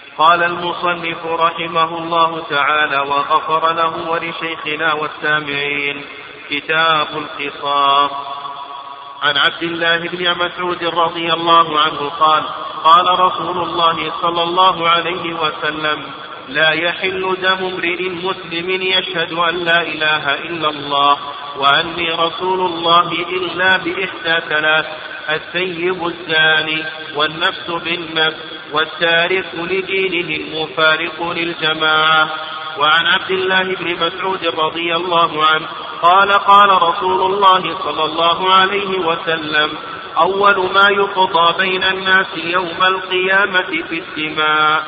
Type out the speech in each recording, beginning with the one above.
قال المصنف رحمه الله تعالى وغفر له ولشيخنا والسامعين: كتاب القصاص. عن عبد الله بن مسعود رضي الله عنه قال: قال رسول الله صلى الله عليه وسلم: لا يحل دم امرئ مسلم يشهد أن لا إله إلا الله وأني رسول الله إلا بإحدى ثلاث: الثيب الزاني، والنفس بالنفس، والتارك لدينه المفارق للجماعة. وعن عبد الله بن مسعود رضي الله عنه قال: قال رسول الله صلى الله عليه وسلم: أول ما يقضى بين الناس يوم القيامة في الدماء.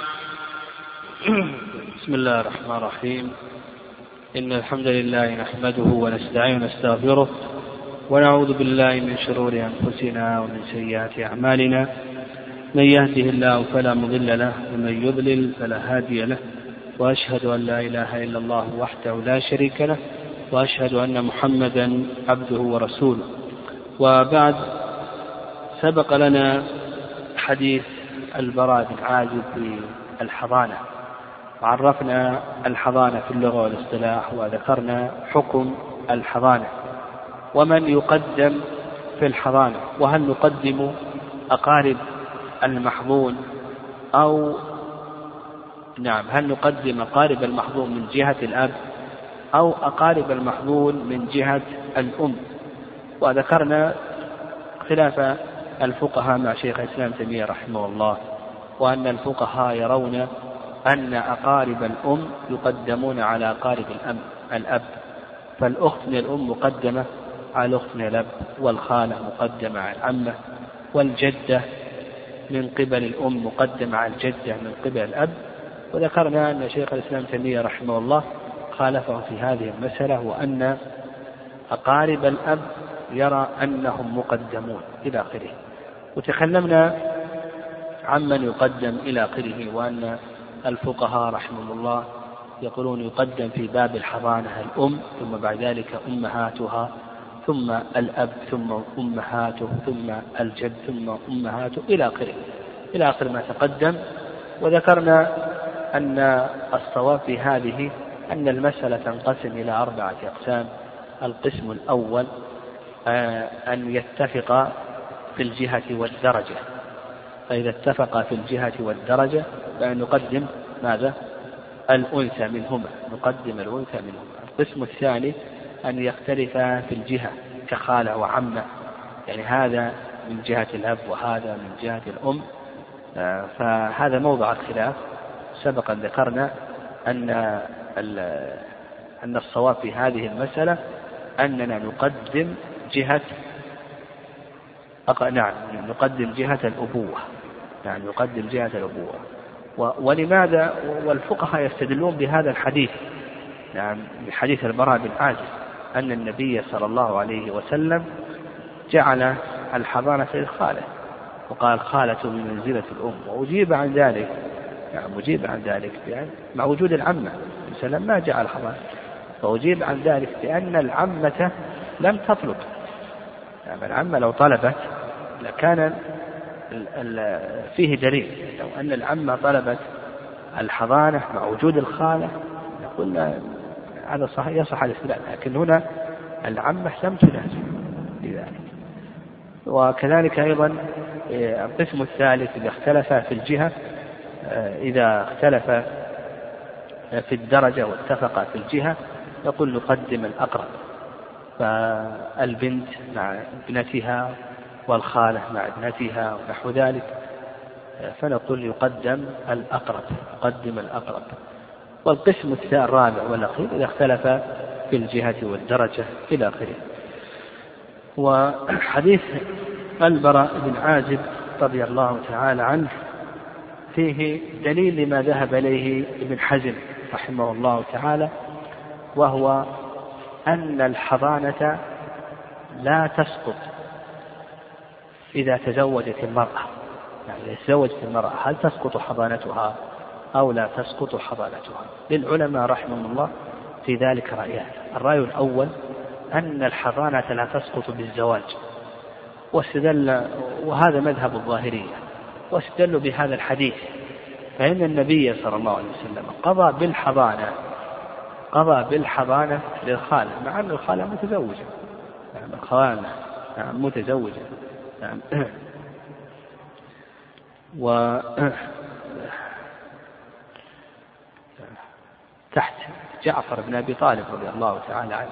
بسم الله الرحمن الرحيم. إن الحمد لله نحمده ونستعين ونستغفره ونعوذ بالله من شرور أنفسنا ومن سيئات أعمالنا. من يهده الله فلا مضل له ومن يضلل فلا هادي له، وأشهد أن لا إله إلا الله وحده لا شريك له، وأشهد أن محمدا عبده ورسوله. وبعد، سبق لنا حديث البراء بن عازب في الحضانة، وعرفنا الحضانة في اللغة والاصطلاح، وذكرنا حكم الحضانة ومن يقدم في الحضانة، وهل نقدم أقارب المحظون هل نقدم أقارب المحظون من جهة الأب أو أقارب المحظون من جهة الأم. وذكرنا خلاف الفقهاء مع شيخ الإسلام تيمية رحمه الله، وأن الفقهاء يرون أن أقارب الأم يقدمون على أقارب الأب، فالأخت من الأم مقدمة على الأخت من الأب، والخالة مقدمة على العمة، والجدة من قبل الأم مقدمة على الجدة من قبل الأب. وذكرنا أن شيخ الإسلام تيمية رحمه الله خالفه في هذه المسألة، وأن أقارب الأب يرى أنهم مقدمون إلى آخره. وتكلمنا عمن يقدم إلى آخره، وأن الفقهاء رحمه الله يقولون يقدم في باب الحضانة الأم، ثم بعد ذلك أمهاتها، ثم الأب، ثم أمهاته، ثم الجد، ثم أمهاته إلى آخر ما تقدم. وذكرنا أن الصواب في هذه أن المسألة تنقسم إلى 4 أقسام. القسم الأول أن يتفق في الجهة والدرجة، فإذا اتفق في الجهة والدرجة فإن نقدم ماذا؟ الأنثى منهما، نقدم الأنثى منهما. القسم الثاني أن يختلف في الجهة كخالة وعمة، يعني هذا من جهة الأب وهذا من جهة الأم، فهذا موضع الخلاف. سبقا ذكرنا أن الصواب في هذه المسألة أننا نقدم جهة الأبوة، نقدم جهة الأبوة. ولماذا؟ والفقهاء يستدلون بهذا الحديث، بحديث البراء بن عازب، أن النبي صلى الله عليه وسلم جعل الحضانة للخالة، وقال: خالة بمنزلة الأم. وأجيب عن ذلك مع وجود العمة السلام ما جعل الحضانة، فأجيب عن ذلك بأن العمة لم تطلب. العمة لو طلبت لكان فيه دليل. لو أن العمة طلبت الحضانة مع وجود الخالة قلنا هذا صحيح، يصح الاستدلال، لكن هنا العمة لم تنازل لذلك. وكذلك أيضا القسم الثالث إذا اختلف في الجهة، إذا اختلف في الدرجة واتفق في الجهة نقول نقدم الأقرب، فالبنت مع ابنتها والخالة مع ابنتها ونحو ذلك، فنقول يقدم الأقرب. والقسم الرابع والأخير إذا اختلف في الجهة والدرجة إلى آخره. وحديث البراء بن عازب رضي الله تعالى عنه فيه دليل لما ذهب إليه ابن حزم رحمه الله تعالى، وهو أن الحضانة لا تسقط إذا تزوجت المرأة. إذا تزوجت المرأة هل تسقط حضانتها أو لا تسقط حضانتها؟ للعلماء رحمهم الله في ذلك رأيان. الرأي الأول أن الحضانة لا تسقط بالزواج، وهذا مذهب الظاهرية، واستدلوا بهذا الحديث فإن النبي صلى الله عليه وسلم قضى بالحضانة للخالة، مع أن الخالة متزوجة، الخالة متزوجة. تحت جعفر بن أبي طالب رضي الله تعالى عنه.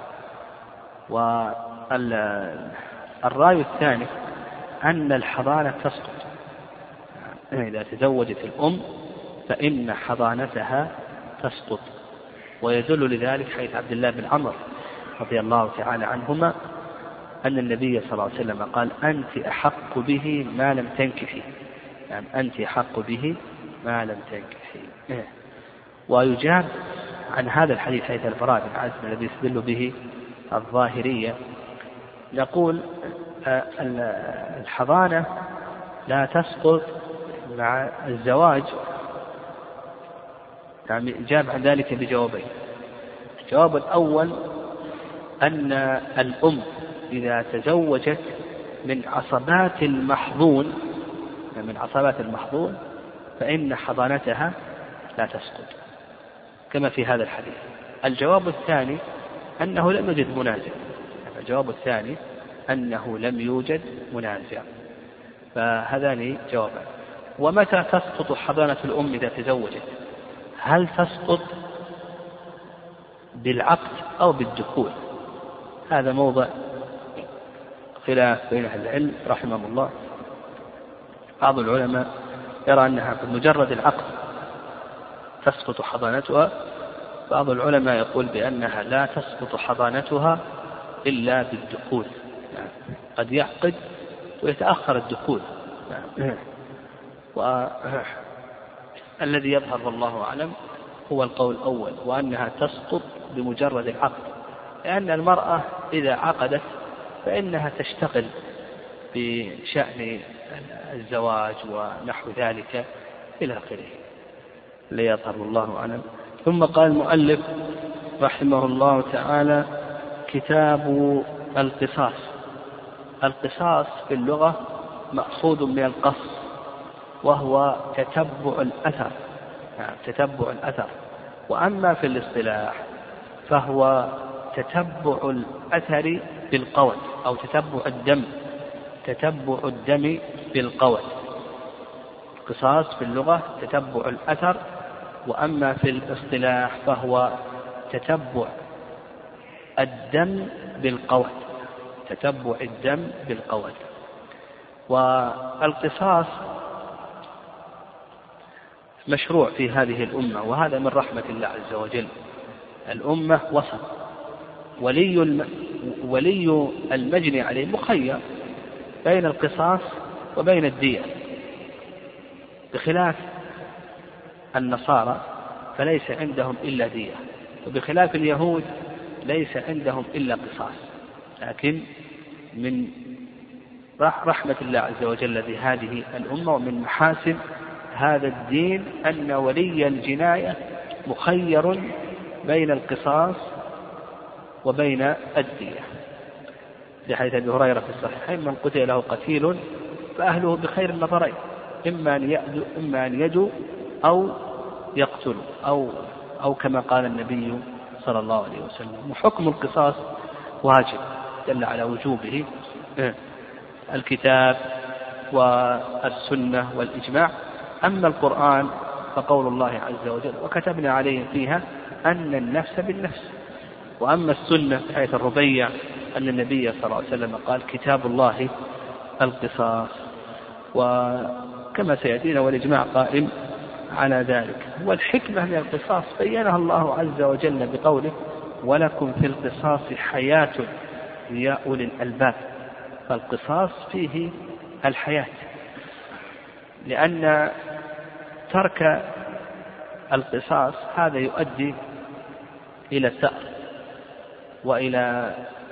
والرأي الثاني أن الحضانة تسقط، إذا تزوجت الأم فإن حضانتها تسقط، ويدل لذلك حديث عبد الله بن عمرو رضي الله تعالى عنهما أن النبي صلى الله عليه وسلم قال: أنت أحق به ما لم تنكحي، يعني أنت أحق به ما لم تنكحي. ويجاب عن هذا الحديث حديث البراء بن عازب الذي يستدل به الظاهرية، نقول الحضانة لا تسقط مع الزواج، يعني جاب عن ذلك بجوابين. الجواب الأول أن الأم إذا تزوجت من عصبات المحظون فإن حضانتها لا تسقط كما في هذا الحديث. الجواب الثاني أنه لم يوجد منازع. فهذان جوابان. ومتى تسقط حضانة الأم إذا تزوجت؟ هل تسقط بالعقد أو بالدخول؟ هذا موضع خلاف بين أهل العلم رحمهم الله. بعض العلماء يرى أنها بمجرد العقد تسقط حضانتها، بعض العلماء يقول بأنها لا تسقط حضانتها إلا بالدخول، يعني قد يعقد ويتأخر الدخول. والذي يظهر والله أعلم هو القول الأول، وأنها تسقط بمجرد العقد، لأن المرأة إذا عقدت فإنها تشتغل بشأن الزواج ونحو ذلك إلى آخره، ليظهر الله أعلم. ثم قال المؤلف رحمه الله تعالى: كتاب القصاص. القصاص في اللغة مأخوذ من القص، وهو تتبع الأثر، وأما في الاصطلاح فهو تتبع الأثر بالقول، أو تتبع الدم بالقول. القصاص في اللغة تتبع الأثر، وأما في الاصطلاح فهو تتبع الدم بالقول. والقصاص مشروع في هذه الأمة، وهذا من رحمة الله عز وجل. الأمة وسط، ولي المجني عليه مخير بين القصاص وبين الدية، بخلاف النصارى فليس عندهم إلا دية، وبخلاف اليهود ليس عندهم إلا قصاص. لكن من رحمة الله عز وجل بهذه الأمة ومن محاسن هذا الدين أن ولي الجناية مخير بين القصاص وبين الدية، لحديث أبي هريرة في الصحيحين: من قتل له قتيل فأهله بخير النظرين، إما أن يدوا أو يقتل، أو كما قال النبي صلى الله عليه وسلم. وحكم القصاص واجب دل على وجوبه الكتاب والسنة والإجماع. أما القرآن فقول الله عز وجل: وكتبنا عليهم فيها أن النفس بالنفس. وأما السنة في حديث الربيع أن النبي صلى الله عليه وسلم قال: كتاب الله القصاص. وكما سيأتينا والإجماع قائم على ذلك. والحكمة من القصاص بينها الله عز وجل بقوله: ولكم في القصاص حياة يا أولي الألباب. فالقصاص فيه الحياة، لأن ترك القصاص هذا يؤدي إلى الثأر وإلى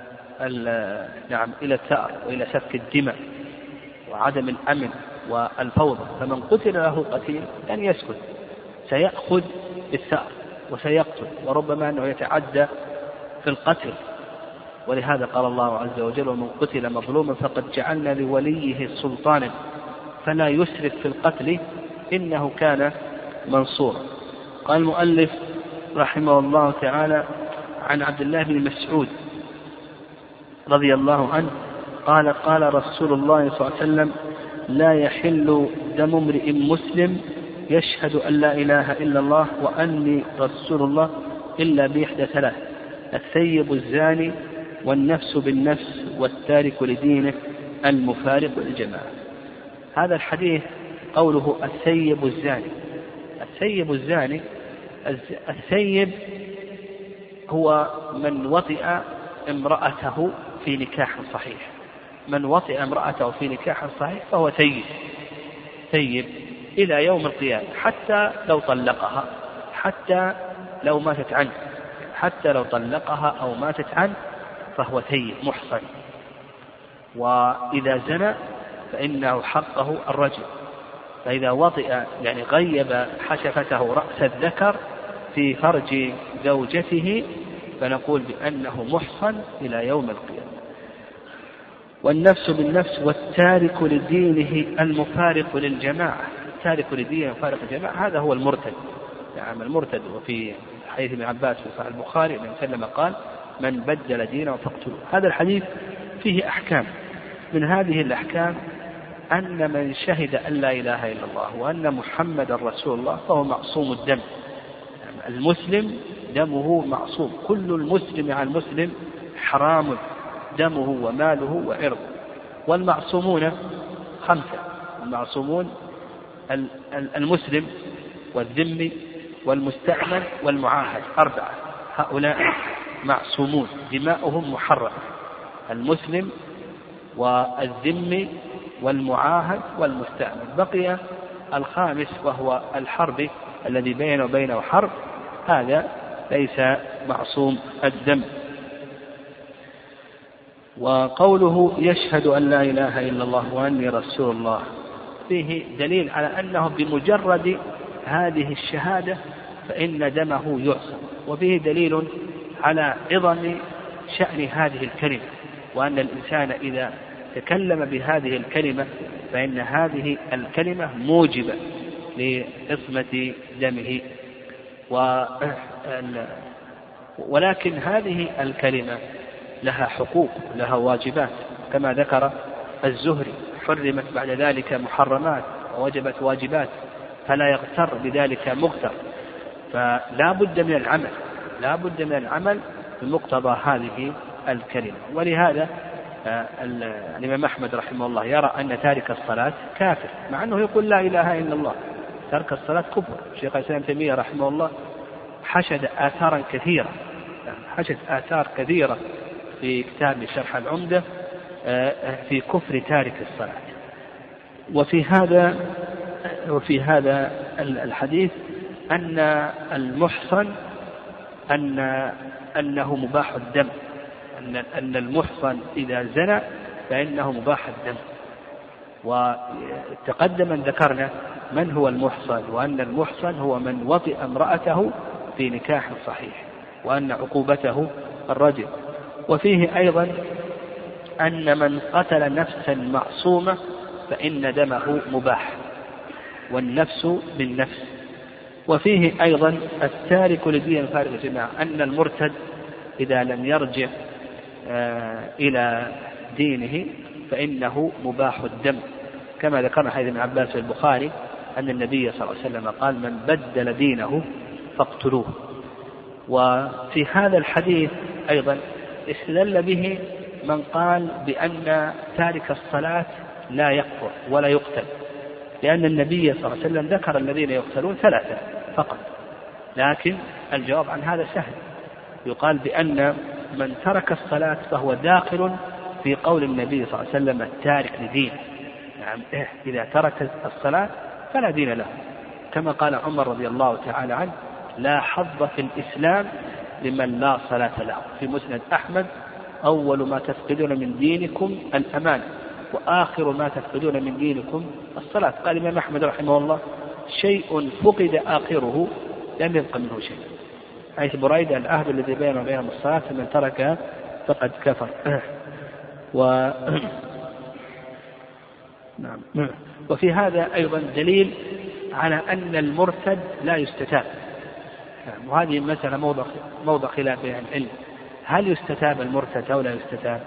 الثأر وإلى سفك الدماء وعدم الأمن والفوضى. فمن قتل له قتيل لن يسكت، سيأخذ بالثأر وسيقتل، وربما أنه يتعدى في القتل. ولهذا قال الله عز وجل: ومن قتل مظلوما فقد جعلنا لوليه سلطانا فلا يسرف في القتل إنه كان منصورا. قال المؤلف رحمه الله تعالى عن عبد الله بن مسعود رضي الله عنه قال قال رسول الله صلى الله عليه وسلم لا يحل دم امرئ مسلم يشهد أن لا إله إلا الله وأني رسول الله إلا بإحدى ثلاث: الثيب الزاني والنفس بالنفس والتارك لدينه المفارق للجماعة. هذا الحديث قوله الثيب الزاني. الثيب الزاني، الثيب هو من وطئ امرأته في نكاح صحيح. من وطئ امرأته في نكاح صحيح فهو ثيب إلى يوم القيامة، حتى لو طلقها، حتى لو ماتت عنه، حتى لو طلقها أو ماتت عنه فهو ثيب محصن. وإذا زنى فإنه حقه الرجم. فإذا وطئ يعني غيب حشفته رأس الذكر في فرج زوجته فنقول بأنه محصن إلى يوم القيامة. والنفس بالنفس والتارك لدينه المفارق للجماعة. التارك لدينه المفارق للجماعة هذا هو المرتد. يعني المرتد. وفي حديث ابن عباس في صحيح البخاري من سلم قال من بدل دينه فاقتلوه. هذا الحديث فيه أحكام. من هذه الأحكام أن من شهد أن لا إله إلا الله وأن محمد رسول الله فهو معصوم الدم. يعني المسلم دمه معصوم. كل المسلم عن المسلم حرام دمه وماله وعرضه. والمعصومون خمسة: المعصومون المسلم والذمي والمستأمن والمعاهد، أربعة. هؤلاء معصومون دماؤهم محرمة: المسلم والذمي والمعاهد والمستأمن. بقي الخامس وهو الحربي الذي بينه وبينه حرب، هذا ليس معصوم الدم. وقوله يشهد أن لا إله إلا الله وأني رسول الله فيه دليل على أنه بمجرد هذه الشهادة فإن دمه يعصم. وفيه دليل على عظم شأن هذه الكلمة، وأن الإنسان إذا تكلم بهذه الكلمة فإن هذه الكلمة موجبة لعصمة دمه. ولكن هذه الكلمة لها حقوق، لها واجبات، كما ذكر الزهري: حرمت بعد ذلك محرمات ووجبت واجبات، فلا يغتر بذلك مغتر. فلا بد من العمل، لا بد من العمل بمقتضى هذه الكلمة. ولهذا الإمام أحمد رحمه الله يرى أن تارك الصلاة كافر، مع أنه يقول لا إله إلا الله. ترك الصلاة كفر. الشيخ الإسلام ابن تيمية رحمه الله حشد آثارا كثيرة، حشد آثار كثيرة في كتاب شرح العمدة في كفر تارك الصلاة. وفي هذا الحديث أن المحصن أنه مباح الدم، أن المحصن إذا زنى فإنه مباح الدم. وتقدم أن ذكرنا من هو المحصن، وأن المحصن هو من وطئ امرأته في نكاح صحيح، وأن عقوبته الرجم. وفيه أيضا أن من قتل نفسا معصومة فإن دمه مباح، والنفس بالنفس. وفيه أيضا التارك لدين الفارق الجماعة، أن المرتد إذا لم يرجع إلى دينه فإنه مباح الدم، كما ذكرنا حديث ابن عباس في البخاري أن النبي صلى الله عليه وسلم قال من بدل دينه فاقتلوه. وفي هذا الحديث أيضا استدل به من قال بأن تارك الصلاة لا يكفر ولا يقتل، لأن النبي صلى الله عليه وسلم ذكر الذين يقتلون ثلاثة فقط. لكن الجواب عن هذا سهل، يقال بأن من ترك الصلاة فهو داخل في قول النبي صلى الله عليه وسلم التارك لدين. يعني إذا ترك الصلاة فلا دين له، كما قال عمر رضي الله تعالى عنه لا حظ في الإسلام لمن لا صلاة له. في مسند أحمد أول ما تفقدون من دينكم الأمان وآخر ما تفقدون من دينكم الصلاة. قال الإمام أحمد رحمه الله شيء فقد آخره لم يبق منه شيء، حيث بريدة العهد الذي بينه وبينهم الصلاة فمن تركها فقد كفر. وفي هذا أيضا دليل على أن المرتد لا يستتاب، وهذه مسألة موضع خلاف بين العلم، هل يستتاب المرتد أو لا يستتاب؟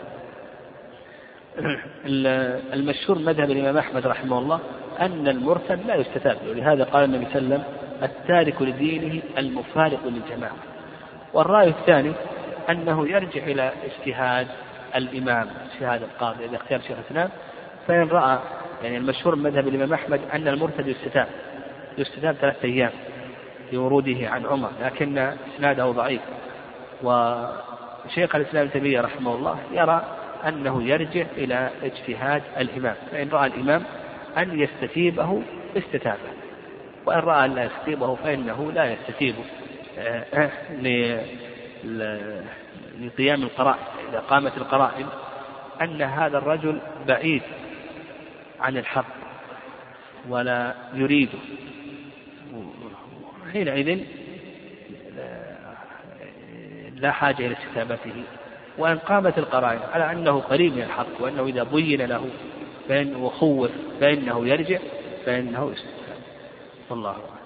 المشهور مذهب الإمام أحمد رحمه الله أن المرتد لا يستتاب، ولهذا قال النبي صلى الله عليه وسلم التارك لدينه المفارق للجماعة. والرأي الثاني أنه يرجع إلى اجتهاد الإمام، اجتهاد القاضي إذا اختار شيخ الإسلام، فإن رأى يعني المشهور مذهب الإمام أحمد أن المرتد يستتاب 3 أيام لوروده عن عمر، لكن إسناده ضعيف. وشيخ الإسلام ابن تيمية رحمه الله يرى أنه يرجع إلى اجتهاد الإمام، فإن رأى الإمام أن يستتيبه استتابه، وإن رأى أن لا يستتيبه فإنه لا يستتيبه لقيام القرائن. إذا قامت القرائن أن هذا الرجل بعيد عن الحق ولا يريده، حينئذ لا حاجة إلى استتابته. وإن قامت القرائن على أنه قريب من الحق وأنه إذا بين له وخوف فإنه يرجع فإنه يستتاب. والله أعلم.